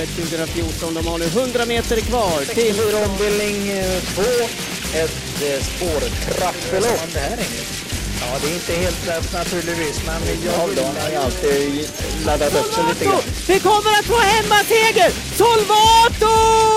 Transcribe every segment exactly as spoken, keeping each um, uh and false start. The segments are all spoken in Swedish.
Elitloppet tjugo fjorton. De har nu hundra meter kvar till ombildning två. Ett eh, spårtrappelopp. Det här är ja, det är inte helt lätt naturligtvis, men jag har alltid laddat upp så lite grann. Vi kommer att få hemmaseger! Solvato!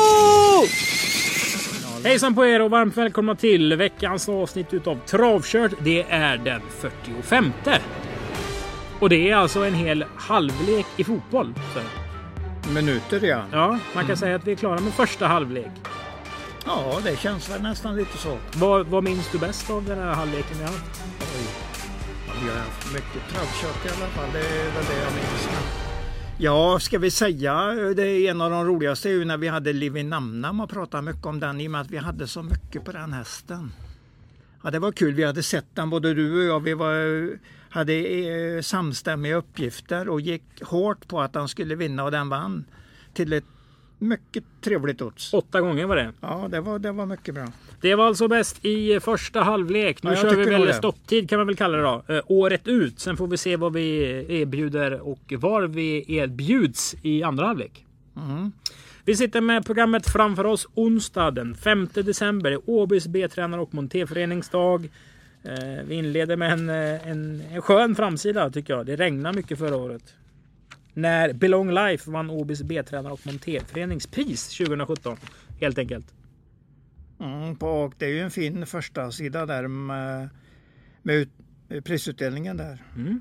Hejsan på er och varmt välkomna till veckans avsnitt utav Travkört. Det är den fyrtiofemte. Och det är alltså en hel halvlek i fotboll. Så. Minuter, ja. Ja, man kan mm. säga att vi är klara med första halvlek. Ja, det känns väl nästan lite så. Vad, vad minns du bäst av den här halvleken vi har haft? Oj. Ja, vi har haft mycket travkört i alla fall. Det är väl det jag minns. Ja, ska vi säga, det är en av de roligaste är ju när vi hade Liv i Namnam och pratade mycket om den i och med att vi hade så mycket på den hästen. Ja, det var kul. Vi hade sett den, både du och jag. Vi var, hade eh, samstämmiga uppgifter och gick hårt på att den skulle vinna och den vann till ett mycket trevligt odds. Åtta gånger var det. Ja, det var, det var mycket bra. Det var alltså bäst i första halvlek. Nu ja, kör vi väl stopptid kan man väl kalla det då. Eh, året ut. Sen får vi se vad vi erbjuder och var vi erbjuds i andra halvlek. Mm. Vi sitter med programmet framför oss onsdag den femte december. Åbys B-tränare och monterföreningsdag. Eh, vi inleder med en, en, en skön framsida tycker jag. Det regnar mycket förra året. När Belong Life vann Åbys B-tränare och monterföreningspris tjugo sjutton. Helt enkelt. Mm, på, det är ju en fin första sida där med, med ut, prisutdelningen där. Mm.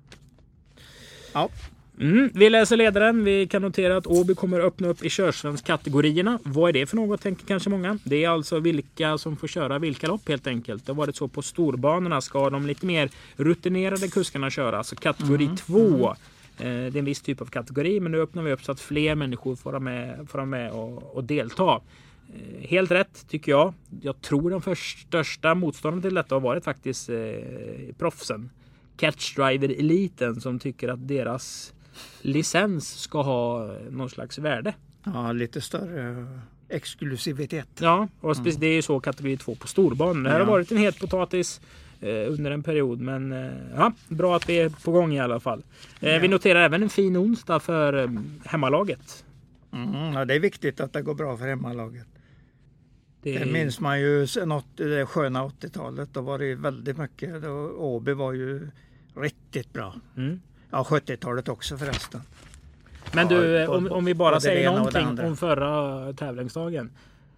Ja. Mm, vi läser ledaren. Vi kan notera att Åby kommer öppna upp i körsvenskategorierna. Vad är det för något, tänker kanske många. Det är alltså vilka som får köra vilka lopp helt enkelt. Det har varit så på storbanorna ska de lite mer rutinerade kuskarna köra. Alltså kategori mm. två. Mm. Det är en viss typ av kategori, men nu öppnar vi upp så att fler människor får vara med, får vara med och, och delta. Helt rätt tycker jag. Jag tror den största motståndaren till detta har varit faktiskt eh, proffsen. Catchdriver-eliten som tycker att deras licens ska ha någon slags värde. Ja, lite större exklusivitet. Ja, och mm. det är ju så kategori två på storbanan. Det här ja. har varit en het potatis eh, under en period, men eh, ja, bra att vi är på gång i alla fall. Eh, ja. Vi noterar även en fin onsdag för eh, hemmalaget. Mm, ja, det är viktigt att det går bra för hemmalaget. Det, det minns man ju något, det sköna åttiotalet. Då var det väldigt mycket. Då, Åby var ju riktigt bra. Mm. Ja, sjuttiotalet också förresten. Men du, ja, på, om, om vi bara säger någonting om förra tävlingsdagen.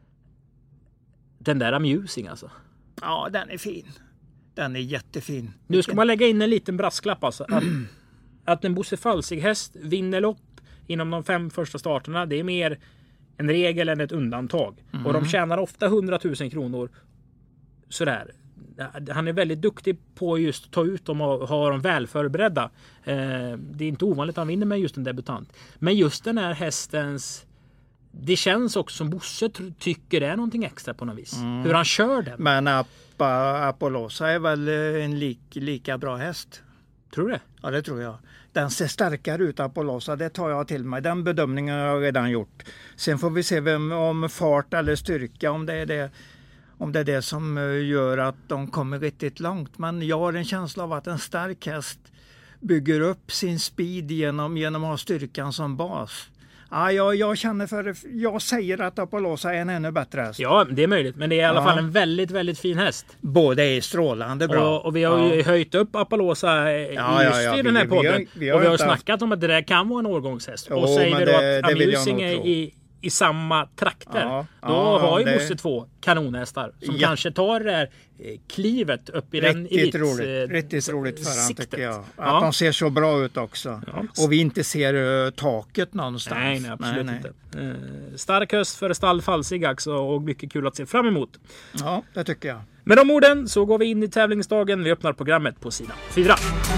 Den där Amusing alltså. Ja, den är fin. Den är jättefin. Nu ska man lägga in en liten brasklapp alltså. Att, att en Bosse Falsig häst vinner lopp inom de fem första starterna. Det är mer en regel än ett undantag. Mm. Och de tjänar ofta hundratusen kronor. Sådär. Han är väldigt duktig på just att ta ut dem och ha dem väl förberedda. Eh, det är inte ovanligt att han vinner med just en debutant. Men just den här hästens... Det känns också som Bosse tycker det är någonting extra på något vis. Mm. Hur han kör den. Men Appa, Apollosa är väl en lik, lika bra häst? Tror du det? Ja, det tror jag. Den ser starkare ut, Apollosa. Det tar jag till mig. Den bedömningen har jag redan gjort. Sen får vi se vem, om fart eller styrka, om det är det, om det är det som gör att de kommer riktigt långt. Men jag har en känsla av att en stark häst bygger upp sin speed genom, genom att ha styrkan som bas. Ja, jag, jag känner för, jag säger att Apollosa är en ännu bättre häst. Ja, det är möjligt. Men det är i alla ja. fall en väldigt, väldigt fin häst. Båda är strålande bra. Och, och vi har ju ja. höjt upp Apollosa i, ja, just ja, ja. i den här vi, podden. Vi har, vi har och vi har snackat haft... om att det där kan vara en årgångshäst. Jo, och säger vi då det, att Amusing är i, i samma trakter. Ja, då ja, har ju det... Bosse två kanonhästar som ja. kanske tar det här klivet upp i riktigt den elit. Roligt. Riktigt roligt för han tycker jag. Att ja. de ser så bra ut också. Ja. Och vi inte ser uh, taket någonstans. Nej, nej absolut nej, nej. inte. Uh, stark höst för stall Falsig också och mycket kul att se fram emot. Ja, det tycker jag. Med de orden så går vi in i tävlingsdagen. Vi öppnar programmet på sidan fyra.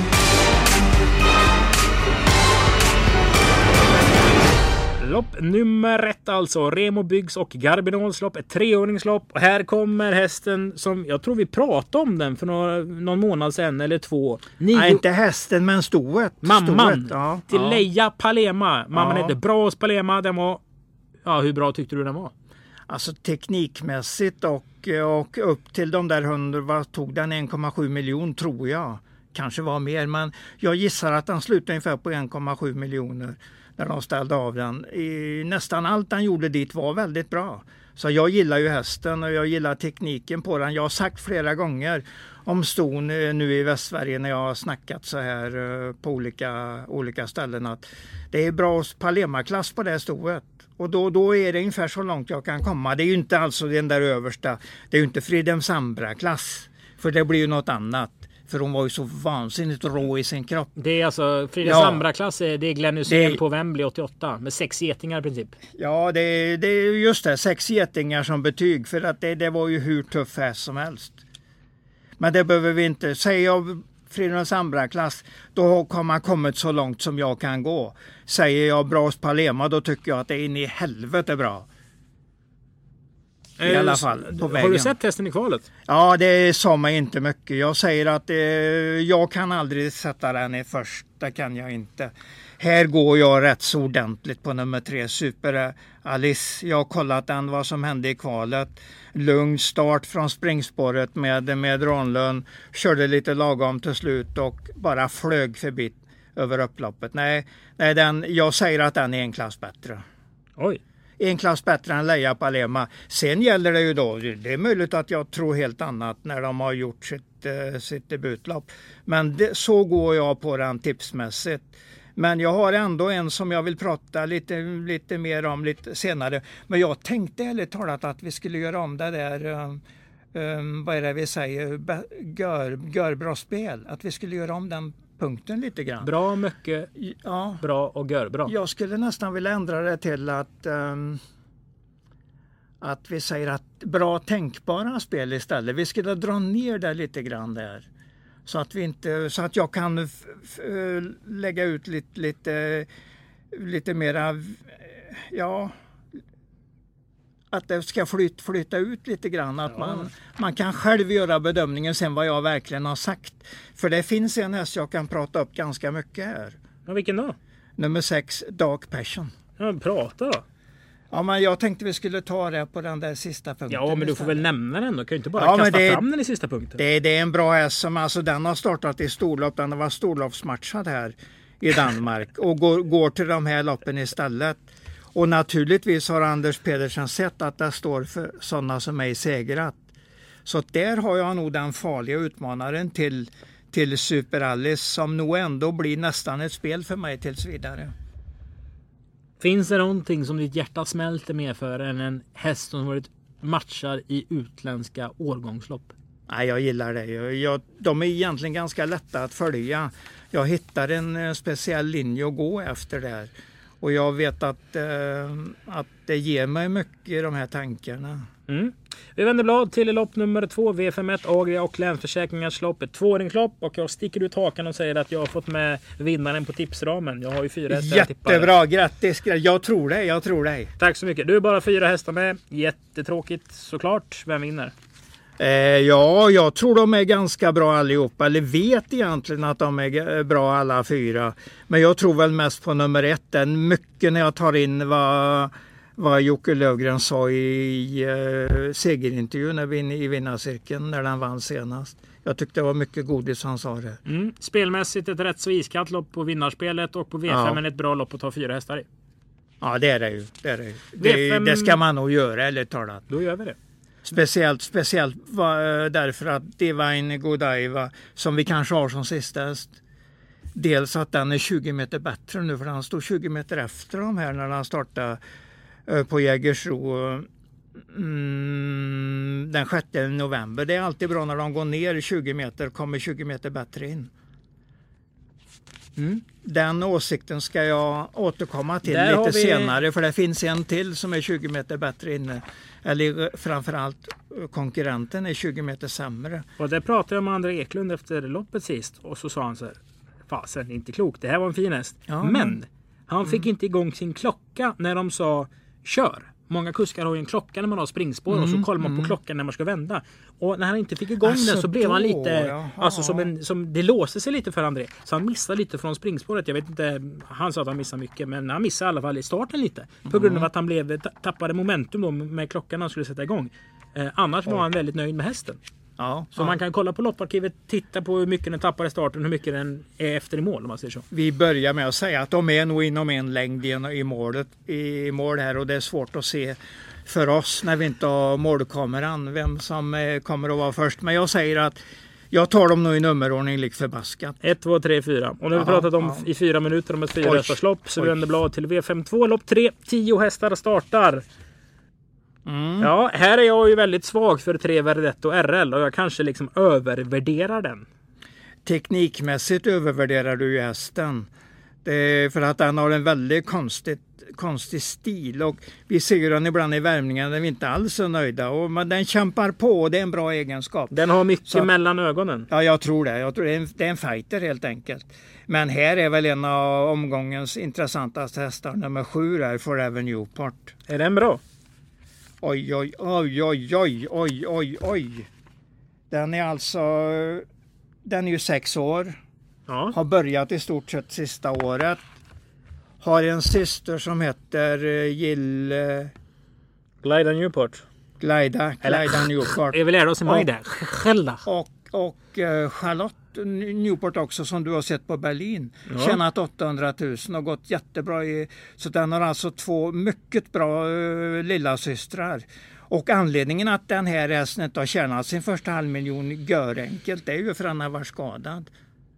Lopp nummer ett alltså. Remo Byggs och Garbinols lopp. Ett treåringslopp. Och här kommer hästen som jag tror vi pratade om den för några, någon månad sedan eller två. Nio... Nej, inte hästen men stoet. Mamman. Stoet, ja. Till ja. Leia Palema. Mamman ja. heter Brås Palema. Den var... Ja, hur bra tyckte du den var? Alltså teknikmässigt och, och upp till de där hundra, vad tog den en komma sju miljon tror jag. Kanske var mer, men jag gissar att den slutade ungefär på en komma sju miljoner. när de ställde av den. I, nästan allt han gjorde dit var väldigt bra. Så jag gillar ju hästen och jag gillar tekniken på den. Jag har sagt flera gånger om ston nu i Västsverige när jag har snackat så här på olika, olika ställen att det är bra Palema-klass på det stoet. Och då, då är det ungefär så långt jag kan komma. Det är ju inte alltså den där översta. Det är ju inte Fridhem Sambra-klass. För det blir ju något annat. För hon var ju så vansinnigt rå i sin kropp. Det är alltså Fridhem Ja. Sambra-klass. Det är Glenn Hysén Det- på Wembley åttioåtta. Med sex getingar i princip. Ja, det, det är just det. Sex getingar som betyg. För att det, det var ju hur tuff häst som helst. Men det behöver vi inte. Säger jag Fridhem Sambra-klass, då har man kommit så långt som jag kan gå. Säger jag Bras Palema, då tycker jag att det är in i helvete bra. I alla fall, på Har vägen. du sett testen i kvalet? Ja, det sa mig inte mycket. Jag säger att eh, jag kan aldrig sätta den i först. Det kan jag inte. Här går jag rätt så ordentligt på nummer tre, Super Alice. Jag har kollat den, vad som hände i kvalet. Lugn start från springspåret med, med Ronlund. Körde lite lagom till slut och bara flög förbi över upploppet. Nej, nej den, jag säger att den är en klass bättre. Oj. En klass bättre än Leia Palema. Sen gäller det ju då, det är möjligt att jag tror helt annat när de har gjort sitt, eh, sitt debutlopp. Men det, så går jag på den tipsmässigt. Men jag har ändå en som jag vill prata lite, lite mer om lite senare. Men jag tänkte ärligt talat att vi skulle göra om det där, um, um, vad är det vi säger, Be- gör, gör bra spel. Att vi skulle göra om den punkten lite grann. Bra, mycket, Ja. bra och gör bra. Jag skulle nästan vilja ändra det till att, um, att vi säger att bra tänkbara spel istället. Vi skulle dra ner det lite grann där. Så att, vi inte, så att jag kan f- f- lägga ut lite, lite, lite mera, ja, att det ska flyt, flytta ut lite grann. Att Ja. man, man kan själv göra bedömningen sen vad jag verkligen har sagt. För det finns en häst jag kan prata upp ganska mycket här. Ja, vilken då? Nummer sex, Dark Passion. Ja, prata då. Ja, men jag tänkte vi skulle ta det på den där sista punkten. Ja, men du får väl istället. nämna den då. Kan ju inte bara Ja, men kasta det- fram den i sista punkten. Det, det är en bra häst som alltså den har startat i storlopp. Den har varit storloppsmatchad här i Danmark och går, går till de här loppen istället. Och naturligtvis har Anders Pedersen sett att det står för sådana som mig segrat. Så där har jag nog den farliga utmanaren till, till Super Alice som nog ändå blir nästan ett spel för mig tills vidare. Finns det någonting som ditt hjärta smälter mer för än en häst som varit matchad i utländska årgångslopp? Nej, jag gillar det. Jag, jag, de är egentligen ganska lätta att följa. Jag hittar en eh, speciell linje att gå efter där. Och jag vet att, eh, att det ger mig mycket de här tankarna. Mm. Vi vänder blad till lopp nummer två, V femtioett Agria och Länsförsäkringars lopp. Ett tvååringslopp och jag sticker ut hakan och säger att jag har fått med vinnaren på tipsramen. Jag har ju fyra hästar jag tippar. Jättebra, grattis! Jag tror dig, jag tror dig. Tack så mycket. Du är bara fyra hästar med. Jättetråkigt såklart. Vem vinner? Eh, ja, jag tror de är ganska bra allihopa. Eller vet egentligen att de är g- bra alla fyra. Men jag tror väl mest på nummer ett. Den mycket när jag tar in vad, vad Jocke Löfgren sa i eh, segerintervjun när vi inne i vinnarcirkeln när den vann senast. Jag tyckte det var mycket godis han sa det. Mm. Spelmässigt ett rätt så iskallt lopp på vinnarspelet och på V fem Ja. ett bra lopp att ta fyra hästar i. Ja, det är det ju. Det, är det, ju. det, V fem det ska man nog göra, eller talat. Då gör vi det. Speciellt, speciellt va, därför att Divine Godiva som vi kanske har som sista häst. Dels att den är tjugo meter bättre nu för han stod tjugo meter efter de här när han startade eh, på Jägersro mm, den sjätte november. Det är alltid bra när de går ner tjugo meter kommer tjugo meter bättre in. Mm. Den åsikten ska jag återkomma till Där har lite vi- senare för det finns en till som är tjugo meter bättre inne. Eller framförallt konkurrenten är tjugo meter sämre. Och det pratade jag med André Eklund efter loppet sist och så sa han så här: fasen, det är inte klokt. Det här var en fin häst. Ja, men men- han fick inte igång sin klocka när de sa kör. Många kuskar har ju en klocka när man har springspår och så kollar man på klockan när man ska vända. Och när han inte fick igång Alltså den så blev han då, lite, jaha. alltså som en, som, det låste sig lite för André. Så han missade lite från springspåret. Jag vet inte, han sa att han missade mycket, men han missade i alla fall i starten lite. På grund av att han blev, tappade momentum då med klockan han skulle sätta igång. Eh, annars var han väldigt nöjd med hästen. Ja, Så ja. man kan kolla på lopparkivet, titta på hur mycket den tappar i starten, hur mycket den är efter i mål om man säger så. Vi börjar med att säga att de är nog inom en längd i målet, i mål här, och det är svårt att se för oss när vi inte har målkameran vem som eh, kommer att vara först. Men jag säger att jag tar dem nog i nummerordning lik förbaskat. ett, två, tre, fyra. Och nu har vi Aha, pratat om ja. i fyra minuter om ett fyra Oj, hästarslopp. Så oj. vi vänder blad till V femtiotvå, lopp tre. tio hästar startar. Mm. Ja, här är jag ju väldigt svag för tre Verdetto R L och jag kanske liksom övervärderar den. Teknikmässigt övervärderar du ju hästen. Det är för att den har en väldigt konstigt, konstig stil, och vi ser ju den ibland i värmningen där vi inte alls är nöjda. Och, men den kämpar på och det är en bra egenskap. Den har mycket Så- mellan ögonen. Ja, jag tror det. Jag tror det är, en, det är en fighter helt enkelt. Men här är väl en av omgångens intressantaste hästar, nummer sju där, Forever Newport. Är den bra? Oj, oj, oj, oj, oj, oj, oj, oj. Den är alltså, den är ju sex år. Ja. Har börjat i stort sett sista året. Har en syster som heter eh, Jill eh, Glida Newport. Glida, Glida Newport. Jag vill lära oss i mig Ja. där. Skälla. Och, och eh, Charlotte Newport också, som du har sett på Berlin. Ja. Tjänat åttahundratusen och gått jättebra. I, så den har alltså två mycket bra uh, lilla systrar. Och anledningen att den här hästen inte har tjänat sin första halvmiljon gör enkelt, det är ju för att han har varit skadad.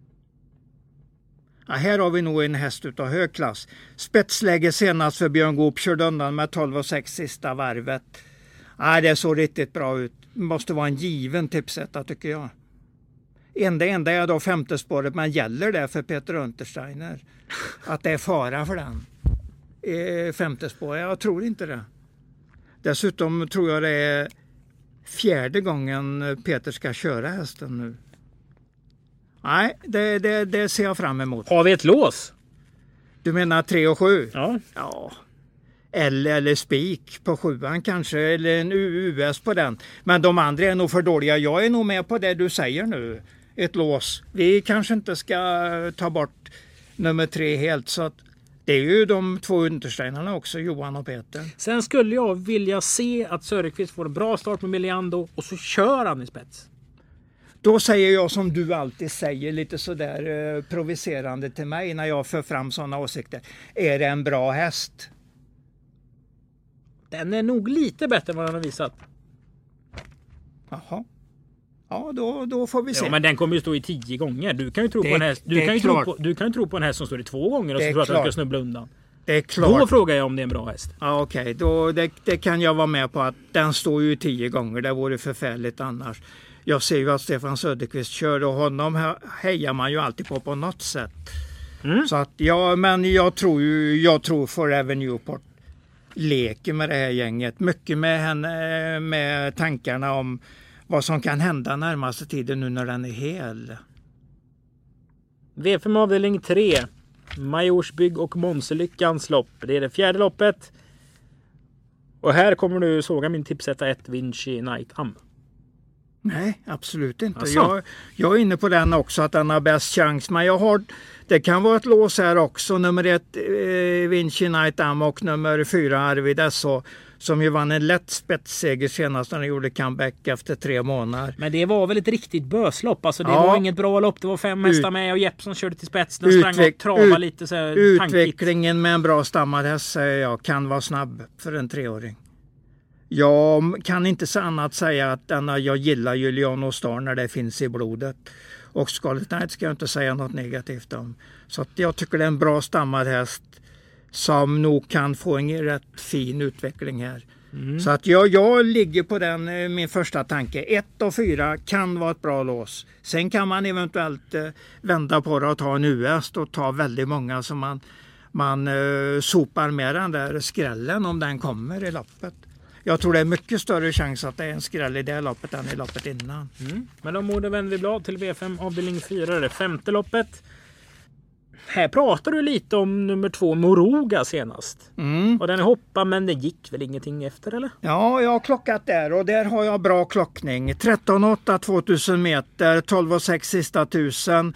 Ja, här har vi nog en häst utav hög klass. Spetsläge senast för Björn Goop, körde undan med tolv och sex sista varvet. Ja, det såg riktigt bra ut. Måste vara en given tipsetta tycker jag. Enda enda är då femte spåret, men gäller det för Peter Untersteiner? Att det är fara för den? Eh, femte spår? Jag tror inte det. Dessutom tror jag det är fjärde gången Peter ska köra hästen nu. Nej, det, det, det ser jag fram emot. Har vi ett lås? Du menar tre och sju? Ja. Ja. Eller, eller spik på sjuan kanske, eller en U S på den. Men de andra är nog för dåliga. Jag är nog med på det du säger nu. Ett lås. Vi kanske inte ska ta bort nummer tre helt, så att det är ju de två Untersteinarna också, Johan och Peter. Sen skulle jag vilja se att Söderqvist får en bra start med Miliando och så kör han i spets. Då säger jag som du alltid säger, lite sådär eh, provocerande till mig när jag för fram sådana åsikter. Är det en bra häst? Den är nog lite bättre än vad den har visat. Jaha. Ja, då, då får vi se. Ja, men den kommer ju stå i tio gånger. Du kan ju tro Det- på en häst. Du det är kan ju tro klart. på, du kan ju tro på en häst som står i två gånger och Det så är tror att den ska klart. snubbla undan. Det är Då klart. frågar jag om det är en bra häst. Ja, okej. Då det, det kan jag vara med på att den står ju tio gånger. Det vore förfärligt annars. Jag ser ju att Stefan Söderqvist kör och honom he- hejar man ju alltid på på något sätt. Mm. Så att ja, men jag tror ju, jag tror Forever Newport leker med det här gänget. Mycket med henne, med tankarna om vad som kan hända närmaste tiden nu när den är hel. V fem avdelning tre. Majorsbygg och Månselyckans lopp. Det är det fjärde loppet. Och här kommer du såga min tipsetta ett Vinci Night Am. Nej, absolut inte. Asså? Jag, jag är inne på den också, att den har bäst chans. Men jag har, det kan vara ett lås här också. Nummer ett eh, Vinci Night Am och nummer fyra Arvid S H, som ju vann en lätt spetsseger senast när han gjorde comeback efter tre månader. Men det var väl ett riktigt böslopp. Alltså det Ja. var inget bra lopp. Det var fem hästar med och Jeppsson körde till spets. Den sprang Utveck- och travade ut- lite så här tankigt. Utvecklingen med en bra stammad häst, säger jag, kan vara snabb för en treåring. Jag kan inte så annat säga att denna, jag gillar Juliano Star när det finns i blodet. Och Scarlet Knight ska jag inte säga något negativt om. Så att jag tycker det är en bra stammad häst som nog kan få en rätt fin utveckling här. Mm. Så att jag, jag ligger på den, eh, min första tanke. Ett och fyra kan vara ett bra lås. Sen kan man eventuellt eh, vända på det och ta en U S och ta väldigt många som man, man eh, sopar med den där skrällen om den kommer i loppet. Jag tror det är mycket större chans att det är en skräll i det loppet än i loppet innan. Mm. Men de orden vänder vi blad till V fem avdelning fyra, det femte loppet. Här pratar du lite om nummer två Moruga senast. Mm. Och den hoppade, men det gick väl ingenting efter eller? Ja, jag har klockat där och där har jag bra klockning. tretton åtta tvåtusen meter, tolv sex sista tusen.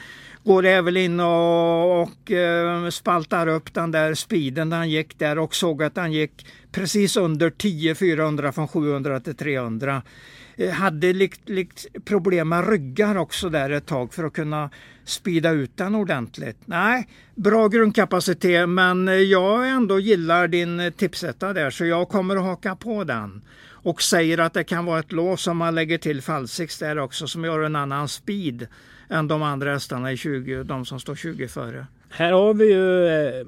går även in och, och eh, spaltar upp den där speeden den gick där och såg att den gick precis under tio fyrahundra från sjuhundra till trehundra. Eh, hade likt, likt problem med ryggar också där ett tag för att kunna speeda ut den ordentligt. Nej, bra grundkapacitet, men jag ändå gillar din tipsetta där så jag kommer att haka på den. Och säger att det kan vara ett lås som man lägger till falsix där också som gör en annan speed än de andra hästarna i tjugo, de som står tjugo före. Här har vi ju eh,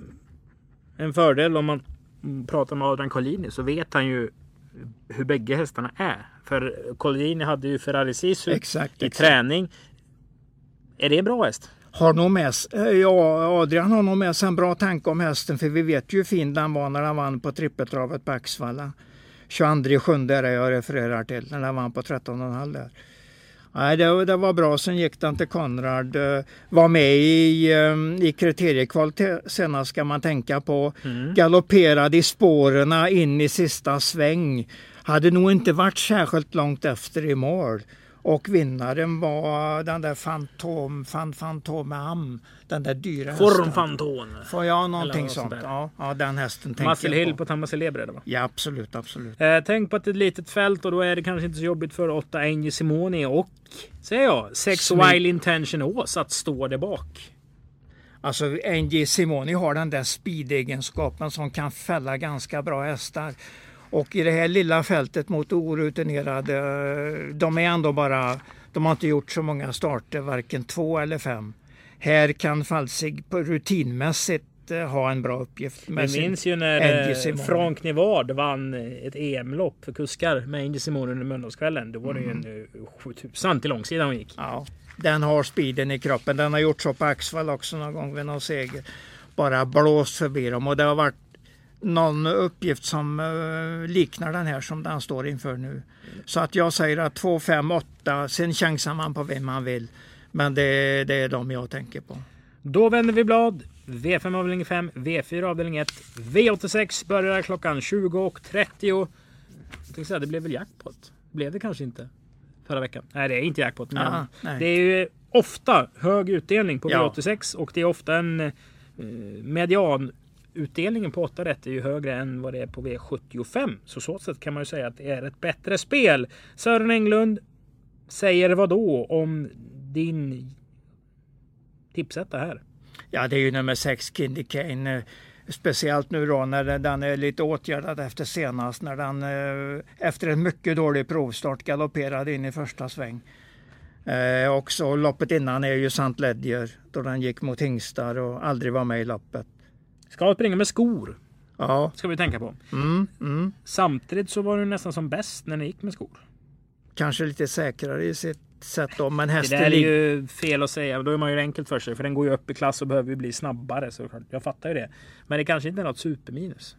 en fördel om man pratar med Adrian Collini så vet han ju hur bägge hästarna är. För Collini hade ju Ferrari Sisu exakt, i exakt. träning. Är det en bra häst? Har nog med, ja, Adrian har nog med sig en bra tanke om hästen för vi vet ju hur fin den var när han vann på trippeltravet på Axvalla. tjugoandra sjunde är det jag refererar till när han vann på tretton komma fem där. Nej, det, det var bra. Sen gick den till Konrad. Var med i, i kriteriekval senast ska man tänka på. Mm. Galopperade i spårerna in i sista sväng. Hade nog inte varit särskilt långt efter i mål. Och vinnaren var den där Fantom, fan, Fantom Am, den där dyra Form hästen. Fantom. Får jag någonting sånt? Ja, ja, den hästen tänker Muscle jag Hill på. på Tamma Celebre va? Ja, absolut, absolut. Eh, tänk på att det är ett litet fält och då är det kanske inte så jobbigt för åtta Angie Simoni och, säger jag, sex Snygg. Wild Intention Ås att stå där bak. Alltså Angie Simoni har den där speed-egenskapen som kan fälla ganska bra hästar. Och i det här lilla fältet mot orutinerade, de är ändå bara, de har inte gjort så många starter, varken två eller fem. Här kan Falsig på rutinmässigt ha en bra uppgift. Jag minns ju när Frank Nivard vann ett E M-lopp för kuskar med Angie Simoni under Mölndalskvällen. Då var det mm. ju en sjutusen till långsidan hon gick. Ja, den har speeden i kroppen. Den har gjort så på Axvall också någon gång vid någon seger. Bara blåst förbi dem och det har varit någon uppgift som uh, liknar den här som den står inför nu. Så att jag säger att två, fem, åtta, sen chansar man på vem man vill. Men det, det är de jag tänker på. Då vänder vi blad. V fem avdelning fem, V fyra avdelning ett, V åttiosex börjar klockan tjugo och trettio. Jag tänkte säga, det blev väl jackpot. Blev det kanske inte förra veckan? Nej, det är inte jackpot. Men Aha, det är ju ofta hög utdelning på ja. V åttiosex och det är ofta en eh, median utdelningen på åtta rätt är ju högre än vad det är på V sjuttiofem. Så så sätt kan man ju säga att det är ett bättre spel. Sören Englund säger vad då om din tipsetta här? Ja, det är ju nummer sex, Kindy Kane. Speciellt nu då när den är lite åtgärdad efter senast. När den efter en mycket dålig provstart galopperade in i första sväng. Eh, också loppet innan är ju Sant Ledger. Då den gick mot hingstar och aldrig var med i loppet. Ska springa med skor. Ja. Ska vi tänka på. Mm, mm. Samtidigt så var du nästan som bäst när ni gick med skor. Kanske lite säkrare i sitt sätt då. Men hästen det där är ju fel att säga. Då är man ju enkelt för sig. För den går ju upp i klass och behöver ju bli snabbare. Så jag fattar ju det. Men det kanske inte är något superminus.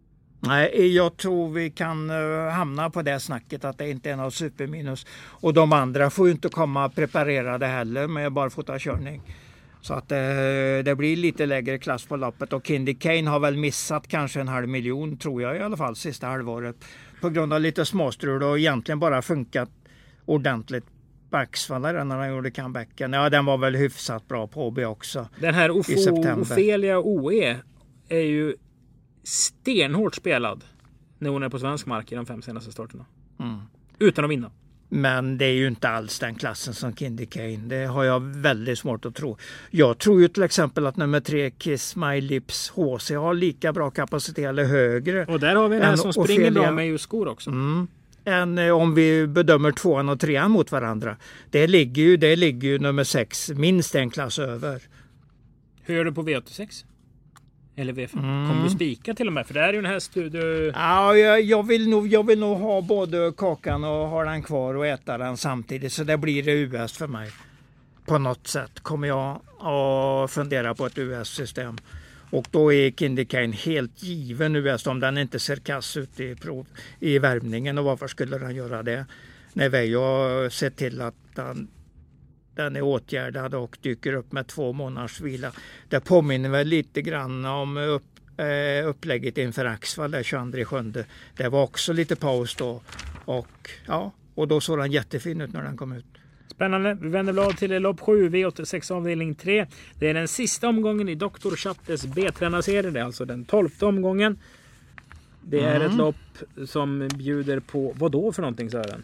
Nej, jag tror vi kan uh, hamna på det snacket att det inte är något superminus. Och de andra får ju inte komma preparerade heller med barfotakörning. Så att det, det blir lite lägre klass på loppet. Och Kindy Kane har väl missat kanske en halv miljon, tror jag i alla fall, sista halvåret. På grund av lite småstrul och egentligen bara funkat ordentligt på Axvalla när han gjorde comebacken. Ja, den var väl hyfsat bra på O B också. Den här Ofo, Ofelia O E är ju stenhårt spelad när hon är på svensk mark i de fem senaste starterna. Mm. Utan att vinna. Men det är ju inte alls den klassen som Kindy Kane. Det har jag väldigt svårt att tro. Jag tror ju till exempel att nummer tre Kiss My Lips H C har lika bra kapacitet eller högre. Och där har vi den som springer Ofelia. Bra med just skor också. Mm. Än om vi bedömer tvåan och trean mot varandra. Det ligger ju, det ligger ju nummer sex minst en klass över. Hur gör du på V åttiosex? Eller V fem? Mm. Kommer du spika till och med? För det är ju en häst du... du... Ja, jag, jag, vill nog, jag vill nog ha både kakan och ha den kvar och äta den samtidigt. Så det blir det U S för mig. På något sätt kommer jag att fundera på ett U S-system. Och då är Kindy Kane helt given U S om den inte ser kass ut i, prov, i värmningen. Och varför skulle den göra det? När vi har sett till att den, den är åtgärdad och dyker upp med två månaders vila. Det påminner väl lite grann om upp, eh, upplägget inför Axvall där tjugoandra sjunde. Det var också lite paus då. Och, ja, och då såg den jättefin ut när den kom ut. Spännande. Vi vänder blad till lopp sju, V åttiosex avdelning tre. Det är den sista omgången i doktor Chattes B-tränarserie. Det är alltså den tolfte omgången. Det är mm. ett lopp som bjuder på, vad då för någonting, Sören?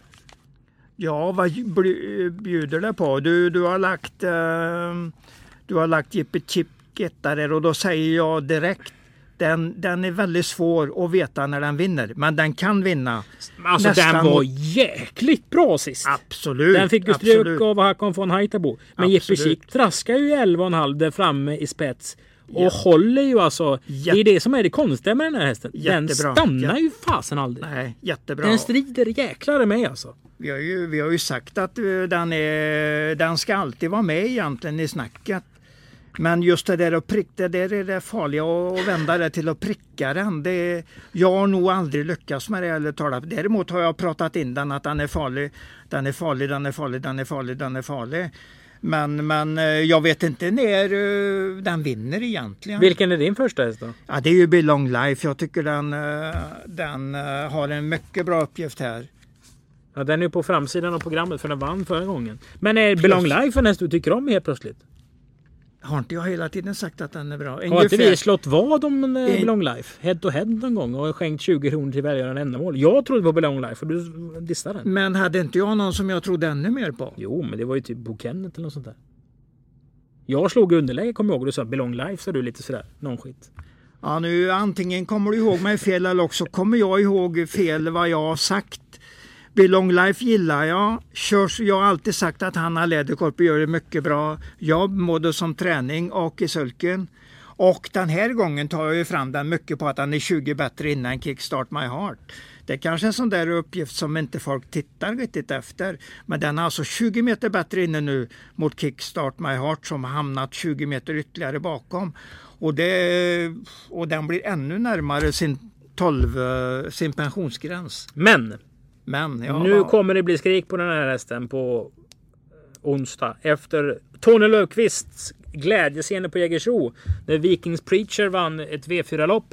Ja, vad bjuder det på? Du, du har lagt uh, du har lagt Jippy Chip Getta där, och då säger jag direkt Den, den är väldigt svår att veta när den vinner. Men den kan vinna. Alltså nästan den var mot... jäkligt bra sist. Absolut. Den fick ju stryk av Hakon von Haitabo. Men Jippy Chip traskar ju elva och en halv där framme i spets. Och ja. håller ju alltså. Jätte... Det är det som är det konstiga med den här hästen. Jättebra. Den stannar Jätte... ju fasen aldrig. Nej, jättebra. Den strider jäklar med alltså. Vi har ju, vi har ju sagt att den, är, den ska alltid vara med egentligen i snacket. Men just det där att pricka, det där är det farliga att vända det till att pricka den. Det, jag har nog aldrig lyckats med det eller talat. Däremot har jag pratat in den att den är farlig. Den är farlig, den är farlig, den är farlig, den är farlig. Men, men jag vet inte när den vinner egentligen. Vilken är din första häst då? Ja, det är ju Belong Life. Jag tycker den, den har en mycket bra uppgift här. Ja, den är ju på framsidan av programmet för den vann förra gången. Men är Belong Life en häst du tycker om helt plötsligt? Har inte jag hela tiden sagt att den är bra? Har inte vi slått vad om en Belong Life? Head to head någon gång och skänkt tjugo kronor till välgörande ändamål. Jag trodde på Belong Life och du dissade den. Men hade inte jag någon som jag trodde ännu mer på? Jo, men det var ju typ Bokennet eller något sånt där. Jag slog underläge, kommer jag ihåg. Du sa Belong Life, så du lite sådär. Någon skit. Ja, nu antingen kommer du ihåg mig fel eller också kommer jag ihåg fel vad jag har sagt. Belong Life gillar jag. Körs, jag har alltid sagt att Hanna Läderkorp gör det mycket bra jobb, både som träning och i sulken. Och den här gången tar jag ju fram den mycket på att han är tjugo bättre innan Kickstart My Heart. Det är kanske en sån där uppgift som inte folk tittar riktigt efter. Men den är alltså tjugo meter bättre inne nu mot Kickstart My Heart som har hamnat tjugo meter ytterligare bakom. Och, det, och den blir ännu närmare sin, tolv, sin pensionsgräns. Men... Men, ja, nu kommer det bli skrik på den här hästen på onsdag. Efter Tony Löfqvists glädjescene på Jägersro. När Vikings Preacher vann ett V fyra-lopp.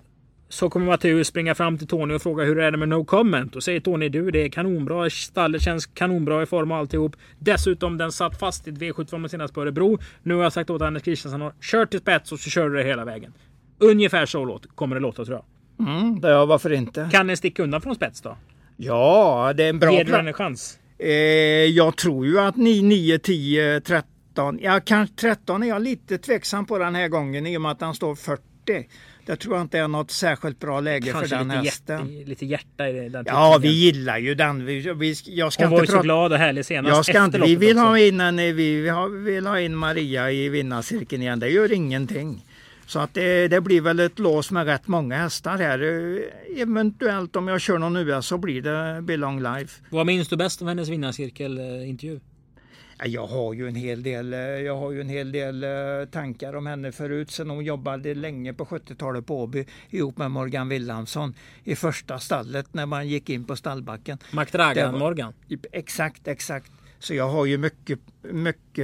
Så kommer Matteus springa fram till Tony och fråga hur är det med no comment. Och säger Tony, du det är kanonbra. Stallet känns kanonbra i form och alltihop. Dessutom den satt fast i ett V sjuttiofem senast på Örebro. Nu har jag sagt åt Anders Kristiansson att kör till spets och så kör du det hela vägen. Ungefär så låt, kommer det låta tror jag. Mm, det är varför inte. Kan den sticka undan från spets då? Ja, det är en bra Ger du en chans? Eh, jag tror ju att nio, tio, tretton, ja kanske tretton är jag lite tveksam på den här gången i och med att han står fyrtio. Det tror jag inte är något särskilt bra läge kanske för den lite hästen. Hjärta, lite hjärta i den. Ja, vi gillar ju den. Vi, vi, jag ska Hon inte var ju så glad och härlig senast. Jag ska inte, vi vill ha in en, vi, vi har, vill ha in Maria i vinnarcirkeln igen. Det gör ingenting. Så att det, det blir väl ett lås med rätt många hästar här. Eventuellt om jag kör någon U S så blir det Belong Life. Vad minns du bäst om hennes vinnarcirkelintervju? Jag har ju en hel del, jag har ju en hel del tankar om henne förut. Sen hon jobbade länge på sjuttiotalet på Åby ihop med Morgan Williamson i första stallet när man gick in på stallbacken. McDragan Morgan? Exakt, exakt. Så jag har ju mycket, mycket,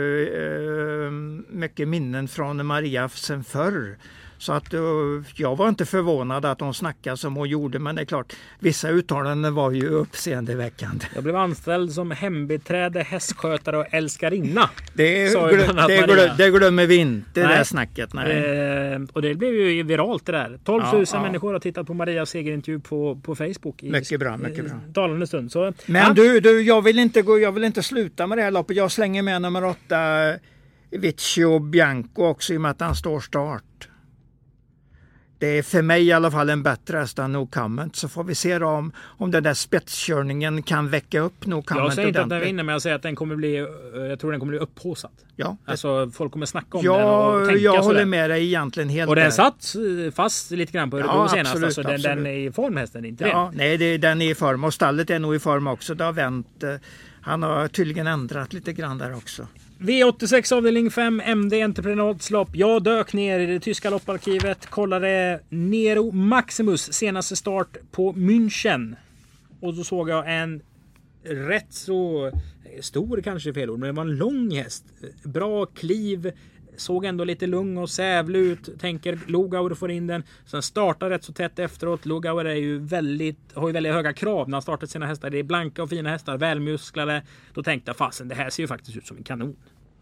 mycket minnen från Maria sen förr. Så att jag var inte förvånad att hon snackade som hon gjorde. Men det är klart, vissa uttalanden var ju uppseendeväckande. Jag blev anställd som hembiträde, hästskötare och älskarinna. Det, glöm, det, glöm, det glömmer vi inte, nej. Det där snacket. Nej. Eh, och det blev ju viralt det där. tolv tusen ja, ja. människor har tittat på Marias segerintervju på, på Facebook. I, mycket bra, mycket bra. Talande stund. Så, men ja. du, du jag, vill inte gå, jag vill inte sluta med det här loppet. Jag slänger med nummer åtta, Vicio Bianco också i och med att han står start. Det är för mig i alla fall en bättre häst än No Comment. Så får vi se om, om den där spetskörningen kan väcka upp No Comment. Jag säger inte att den vinner, men jag säger att den kommer bli, jag tror den kommer bli upphåsad. Ja. Alltså folk kommer snacka om ja, den och tänka jag håller sådär. med dig egentligen helt. Och den där. satt fast lite grann på Örebro ja, senast. absolut, Alltså, den, absolut. den är i form hästen, inte ja, det? Nej, det, den är i form och stallet är nog i form också. Det har vänt. Han har tydligen ändrat lite grann där också. V åttiosex avdelning fem M D entreprenadslopp. Jag dök ner i det tyska lopparkivet, kollade Nero Maximus senaste start på München. Och så såg jag en rätt så stor, kanske fel ord, men det var en lång häst. Bra kliv, såg ändå lite lugn och sävlig ut. Tänker Lugauer får in den. Sen startar rätt så tätt efteråt. Lugauer är ju väldigt, har ju väldigt höga krav när han startat sina hästar. Det är blanka och fina hästar, välmusklade. Då tänkte jag, fasen, det här ser ju faktiskt ut som en kanon.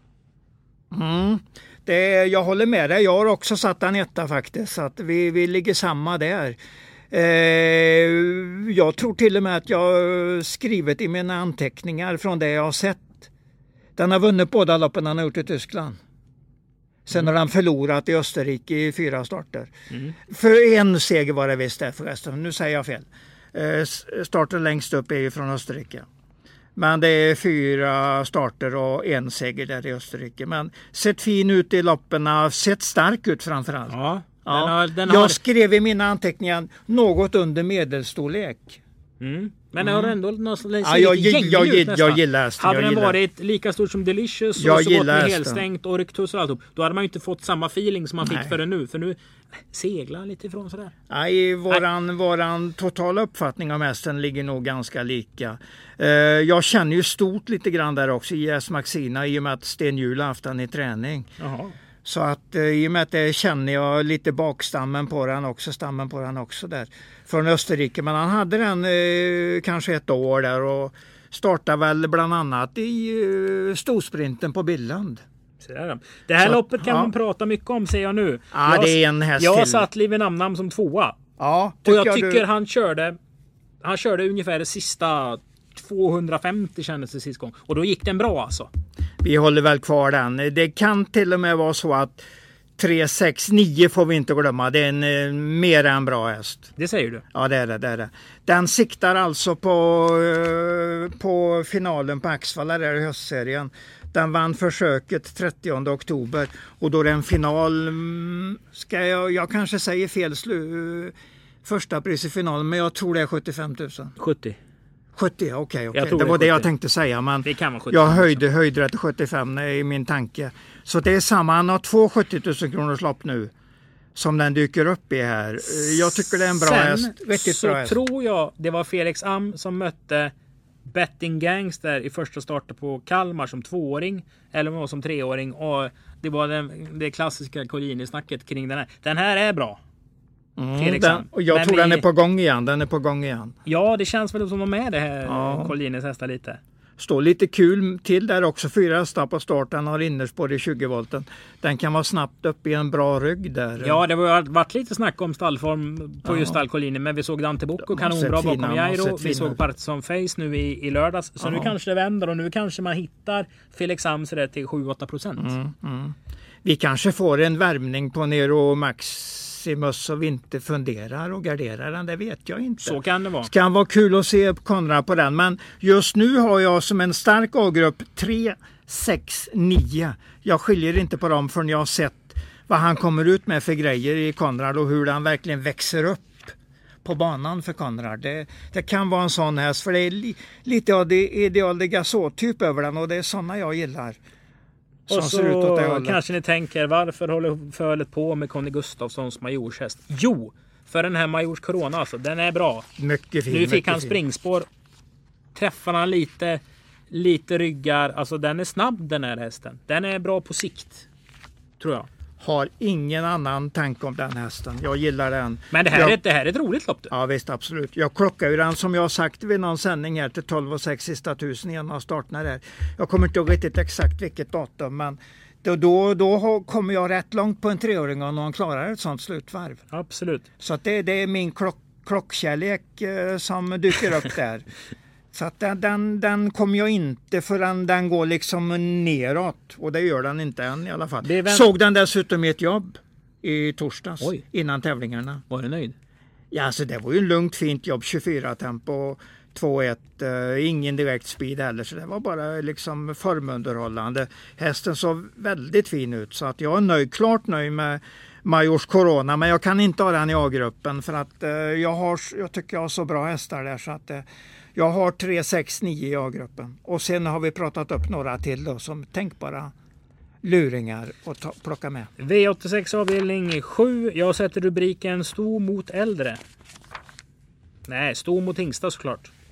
Mm. Det, jag håller med dig. Jag har också satt en etta faktiskt. Så att vi, vi ligger samma där. Eh, jag tror till och med att jag har skrivit i mina anteckningar från det jag har sett. Den har vunnit båda loppen han har gjort i Tyskland. Sen mm. har han förlorat i Österrike i fyra starter. Mm. För en seger var det visst där förresten. Nu säger jag fel. Eh, starten längst upp är ju från Österrike. Men det är fyra starter och en seger där i Österrike. Men sett fin ut i loppen, sett stark ut framförallt. Ja, ja. Den har, den jag har... skrev i mina anteckningar något under medelstorlek. Mm. Men den har ändå något ja, lite jag, gänglig jag, ut jag, nästan. jag gillar hästen. Hade jag den gillar. varit lika stort som Delicious jag och så gått med hästen. helstängt och Ryktus och alltihop, då hade man ju inte fått samma feeling som man Nej. fick för den nu. För nu seglar lite ifrån sådär. Nej, våran, våran totala uppfattning om hästen ligger nog ganska lika. Uh, jag känner ju stort lite grann där också i S. Maxina i och med att Sten Hjul har haft den i träning. Jaha. Så att uh, i och med att det känner jag lite bakstammen på den också, stammen på den också där. Från Österrike, men han hade den uh, kanske ett år där och startade väl bland annat i uh, storsprinten på Billund. Det här så, loppet kan ja. man prata mycket om, säger jag nu. Ja, jag, det är en häst jag har till. satt Live Namnam som tvåa. Ja, och jag tycker du... han körde han körde ungefär det sista tvåhundrafemtio kändes det sist gång. Och då gick den bra alltså. Vi håller väl kvar den. Det kan till och med vara så att tre sex nio får vi inte glömma. Det är en eh, mer än bra häst. Det säger du? Ja, det är det. det, är det. Den siktar alltså på, eh, på finalen på Axvalla där i höstserien. Den vann försöket trettionde oktober och då är det en final, ska jag, jag kanske säger fel slu, första pris i finalen, men jag tror det är sjuttiofem tusen. sjuttio. sjuttio, okej. Okay, okay. Det Det var sjuttio. det jag tänkte säga, men det kan vara jag höjde, höjde det till sjuttiofem i min tanke. Så det är samma, han har två sjuttio tusen kronors lopp nu som den dyker upp i här. Jag tycker det är en bra Sen häst, riktigt så bra häst. tror jag det var Felix Am som mötte Betting Gangster i första starten på Kalmar som tvååring eller som treåring, och det var den, det klassiska Collini-snacket kring den här. Den här är bra. Mm, den, och jag Men tror vi, den är på gång igen. Den är på gång igen. Ja, det känns väl som de är det här ja. Collinis hästar lite. Står lite kul till där också. Fyra hästar på starten har innerspår i tjugo volten. Den kan vara snabbt upp i en bra rygg där. Ja, det har varit lite snack om stallform på ja. just Al Collini, men vi såg Dante Bocco kanonbra bakom Jairo. Vi såg Partizan Face nu i, i lördags. Så ja. nu kanske det vänder och nu kanske man hittar Felix Ams rätt till sju åtta procent. Mm, mm. Vi kanske får en värmning på Nero Maximus så vi inte funderar och garderar den, det vet jag inte. Så kan det vara. Det kan vara kul att se Konrad på den, men just nu har jag som en stark A-grupp tre, sex, nio. Jag skiljer inte på dem förrän jag har sett vad han kommer ut med för grejer i Konrad och hur han verkligen växer upp på banan för Konrad. Det, det kan vara en sån häst, för det är li, lite av det ideal de Gasot-typ över den och det är såna jag gillar. Och så kanske ni tänker, varför håller fölet på med Conny Gustafssons majorshäst? Jo, för den här Majors Corona alltså, den är bra. Mycket fin. Nu fick mycket han fin. springspår. Träffar han lite, lite ryggar. Alltså den är snabb den här hästen. Den är bra på sikt, tror jag. Har ingen annan tanke om den hästen. Jag gillar den. Men det här, jag, är, det här är ett roligt lopp. Du. Ja visst, absolut. Jag klockar ju den som jag har sagt vid någon sändning här till tolv och sex sista tusen igen av starterna där. Jag kommer inte ihåg riktigt exakt vilket datum, men då, då, då kommer jag rätt långt på en treåring om någon klarar ett sånt slutvarv. Absolut. Så att det, det är min klock, klockkärlek eh, som dyker upp där. Så att den, den, den kommer jag inte förrän den går liksom neråt. Och det gör den inte än i alla fall. Väl... Såg den dessutom i ett jobb i torsdags. Oj. Innan tävlingarna. Var du nöjd? Ja, alltså det var ju en lugnt fint jobb. tjugofyra tempo, två ett, uh, ingen direkt speed heller. Så det var bara liksom formunderhållande. Hästen såg väldigt fin ut. Så att jag är nöjd, klart nöjd med Majors Corona. Men jag kan inte ha den i A-gruppen. För att uh, jag, har, jag tycker jag har så bra hästar där så att uh, jag har tre, sex, nio i A-gruppen. Och sen har vi pratat upp några till då, som tänkbara luringar att ta, plocka med. V åttiosex avdelning sju. Jag sätter rubriken Sto mot äldre. Nej, Sto mot Hingsta såklart.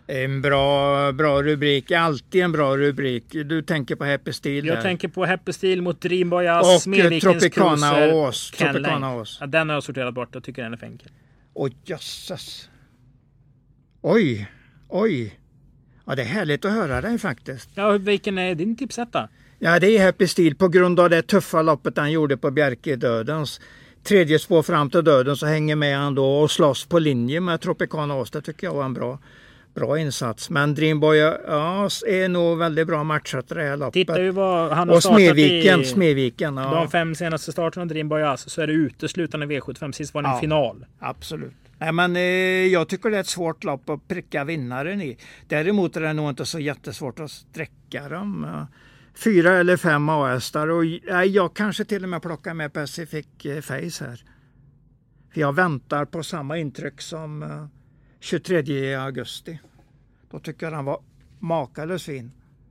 En bra, bra rubrik, alltid en bra rubrik. Du tänker på Happy Steel Jag där. tänker på Happy Steel mot Dreamboy Ass, Och Smedvikens Tropicana Cruiser, Ås. Ken Tropicana Lane. Ås. Ja, den har jag sorterat bort, jag tycker den är för enkel. Oj, jösses. Oj, oj. Ja, det är härligt att höra dig faktiskt. Ja, vilken är din tipsetta? Ja, det är Happy Steel på grund av det tuffa loppet han gjorde på Bjerke Dödens. Tredje spår fram till döden så hänger med han då och slåss på linje med Tropicana Ås. Det tycker jag var en bra, bra insats. Men Dreamboy ja, är nog väldigt bra matchat det här loppet. Titta ju vad han har och startat Smedviken, i Smedviken, ja. de fem senaste starterna av Dreamboy Ass, så är det uteslutande V sjuttiofem. Sist var det en Ja. final. Absolut. Nej, men, eh, jag tycker det är ett svårt lopp att pricka vinnaren i. Däremot är det nog inte så jättesvårt att sträcka dem. Eh, Fyra eller fem A-hästar och eh, jag kanske till och med plockar med Pacific eh, Face här. För jag väntar på samma intryck som eh, tjugotredje augusti. Då tycker jag han var makalös fin.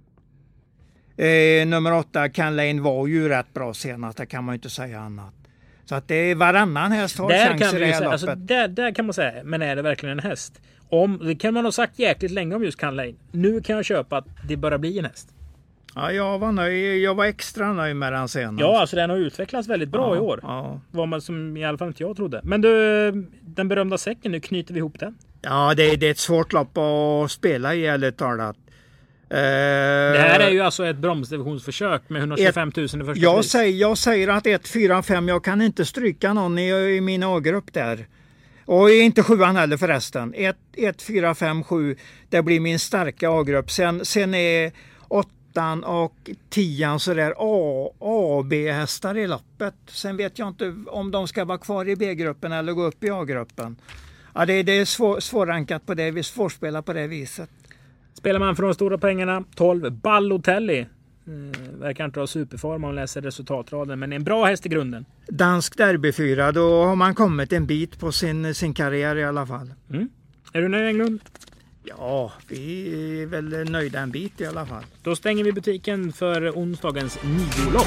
Eh, nummer åtta, Ken Lane, var ju rätt bra senast, det kan man ju inte säga annat. Så att det är varannan häst har Där chans kan, i vi det ju här säga, loppet. alltså, där, där kan man säga, men är det verkligen en häst? Om, det kan man ha sagt jäkligt länge om just Ken Lane. Nu kan jag köpa att det börjar bli en häst. Ja, jag var nöjd. Jag var extra nöjd med den senast. Ja, alltså den har utvecklats väldigt bra ja, i år. Ja. Vad man som i alla fall inte jag trodde. Men du, den berömda säcken, nu knyter vi ihop den. Ja, det, det är ett svårt lopp att spela i, ärligt talat. Eh, Det här är ju alltså ett bromsdivisionsförsök med hundratjugofem tusen i första jag pris. säger, jag säger att ett, fyra, fem, jag kan inte stryka någon i, i min A-grupp där. Och inte sjuan heller förresten. ett, fyra, fem, sju, det blir min starka A-grupp. Sen, sen är åttan och tian sådär A, A B-hästar i loppet. Sen vet jag inte om de ska vara kvar i B-gruppen eller gå upp i A-gruppen. Ja, det, det är svår, svårrankat på det viset, svårspelat på det viset. Spelar man för de stora pengarna, tolv Ballotelli. Eh, verkar inte ha superform om man läser resultatraden, men är en bra häst i grunden. Dansk derbyfyra, då har man kommit en bit på sin, sin karriär i alla fall. Mm. Är du nöjd, Englund? Ja, vi är väl nöjda en bit i alla fall. Då stänger vi butiken för onsdagens niolopp.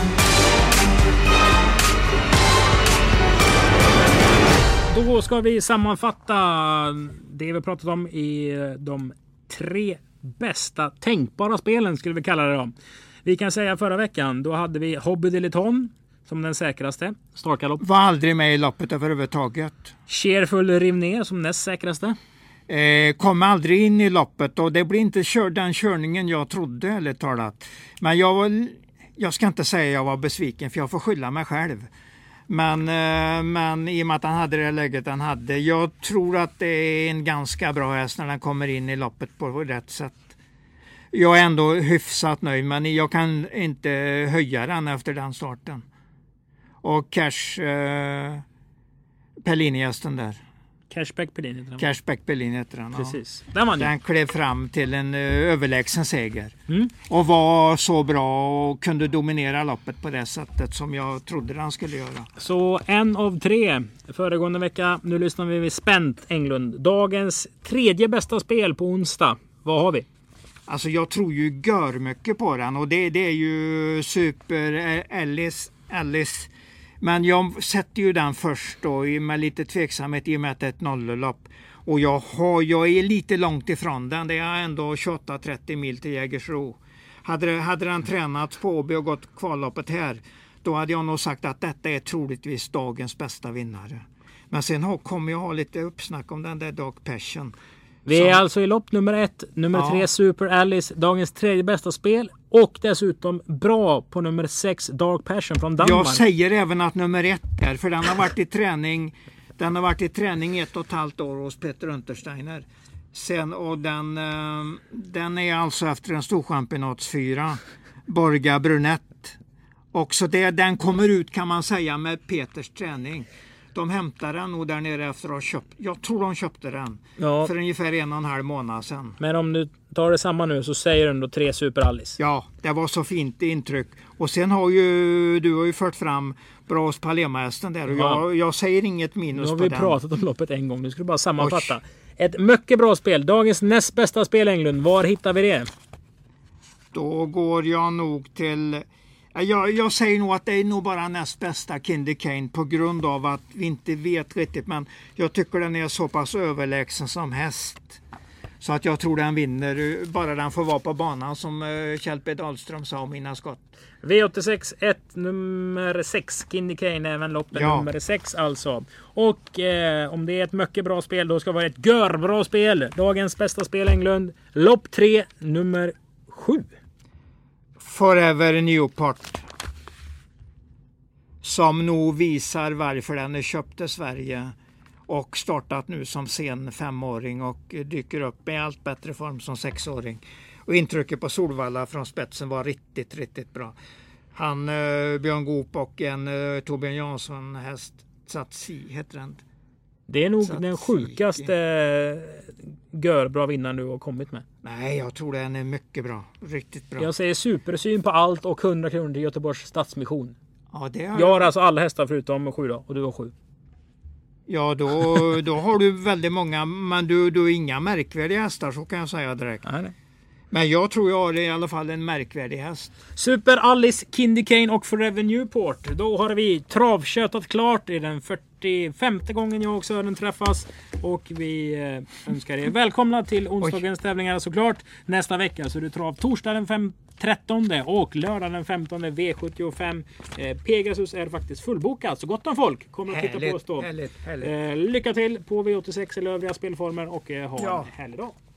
Då ska vi sammanfatta det vi pratat om i de tre bästa tänkbara spelen, skulle vi kalla det då. Vi kan säga förra veckan, då hade vi Hobby Diletton som den säkraste startgalopp. Var aldrig med i loppet överhuvudtaget. Cheerful Rivner som näst säkraste. Eh, kom aldrig in i loppet och det blir inte kör, den körningen jag trodde, eller talat. Men jag var, jag ska inte säga jag var besviken, för jag får skylla mig själv. Men, eh, men i och med att han hade det läget han hade. Jag tror att det är en ganska bra häst när den kommer in i loppet på rätt sätt. Jag är ändå hyfsat nöjd, men jag kan inte höja den efter den starten. Och Cash eh, Pellini-hästen där. Cashback Pellini heter den. Cashback Pellini heter den. Precis. Den vann Ja. ju. Den klev fram till en uh, överlägsen seger. Mm. Och var så bra och kunde dominera loppet på det sättet som jag trodde den skulle göra. Så en av tre föregående vecka. Nu lyssnar vi spänt, Englund. Dagens tredje bästa spel på onsdag. Vad har vi? Alltså jag tror ju gör mycket på den och det, det är ju Super Alice, Alice. Men jag sätter ju den först då med lite tveksamhet i och med att det är ett nolllopp. Och jag, har, jag är lite långt ifrån den. Det är ändå tjugoåtta trettio mil till Jägersro. Hade, det, hade den tränat på Åby och gått kvalloppet här, då hade jag nog sagt att detta är troligtvis dagens bästa vinnare. Men sen har, kommer jag ha lite uppsnack om den där Dark Passion. Vi är alltså i lopp nummer ett. Nummer Ja. tre Super Alice. Dagens tredje bästa spel. Och dessutom bra på nummer sex Dark Passion från Danmark. Jag säger även att nummer ett är, för den har varit i träning den har varit i träning ett och ett halvt år hos Peter Untersteiner. Sen, och den, eh, den är alltså efter en storchampionatsfyra, Borga Brunett. Och så det, den kommer ut kan man säga med Peters träning. De hämtar den nog där nere efter att ha köpt. Jag tror de köpte den Ja. för ungefär en och en halv månad sedan. Men om du tar det samma nu så säger du ändå tre Super Alice. Ja, det var så fint intryck. Och sen har ju du har ju fört fram Bras Palema-hästen där. Och Ja. jag, jag säger inget Nu minus har på vi den. pratat om loppet en gång. Nu ska du bara sammanfatta. Oj. Ett mycket bra spel. Dagens näst bästa spel, Englund. Var hittar vi det? Då går jag nog till... Jag, jag säger nog att det är nog bara näst bästa Kindy Kane på grund av att vi inte vet riktigt. Men jag tycker den är så pass överlägsen som häst. Så att jag tror den vinner, bara den får vara på banan som uh, Kjell P. Dahlström sa om mina skott. V åttiosex ett nummer sex, Kindy Kane, även loppet Ja. nummer sex alltså. Och eh, om det är ett mycket bra spel, då ska det vara ett görbra spel. Dagens bästa spel Englund, lopp tre, nummer sju. Forever Newport. Som nog visar varför den är köpt i Sverige och startat nu som sen femåring och dyker upp i allt bättre form som sexåring. Och intrycket på Solvalla från spetsen var riktigt, riktigt bra. Han, eh, Björn Goop och en eh, Torbjörn Jansson häst, Satsi heter den. Det är nog Satsiki. den sjukaste görbra vinnaren du har kommit med. Nej, jag tror den är mycket bra. Riktigt bra. Jag säger supersyn på allt och hundra kronor till Göteborgs Stadsmission. Ja, det har Jag har alltså alla hästar förutom sju då, och du har sju. Ja, då, då har du väldigt många, men du, du har inga märkvärdiga hästar, så kan jag säga direkt. Nej, nej. Men jag tror jag har i alla fall en märkvärdig häst. Super Alice, Kindy Kane och Forever Newport. Då har vi travköttat klart. Det är den fyrtiofemte gången jag och Sören träffas. Och vi eh, önskar er välkomna till onsdagens tävlingar såklart. Nästa vecka så är det trav torsdag den trettonde och lördag den femtonde V sjuttiofem. Eh, Pegasus är faktiskt fullbokat, så gott om folk kommer att titta på oss då. Härligt, härligt. Eh, lycka till på V åttiosex eller övriga spelformer och eh, ha Ja. en härlig dag.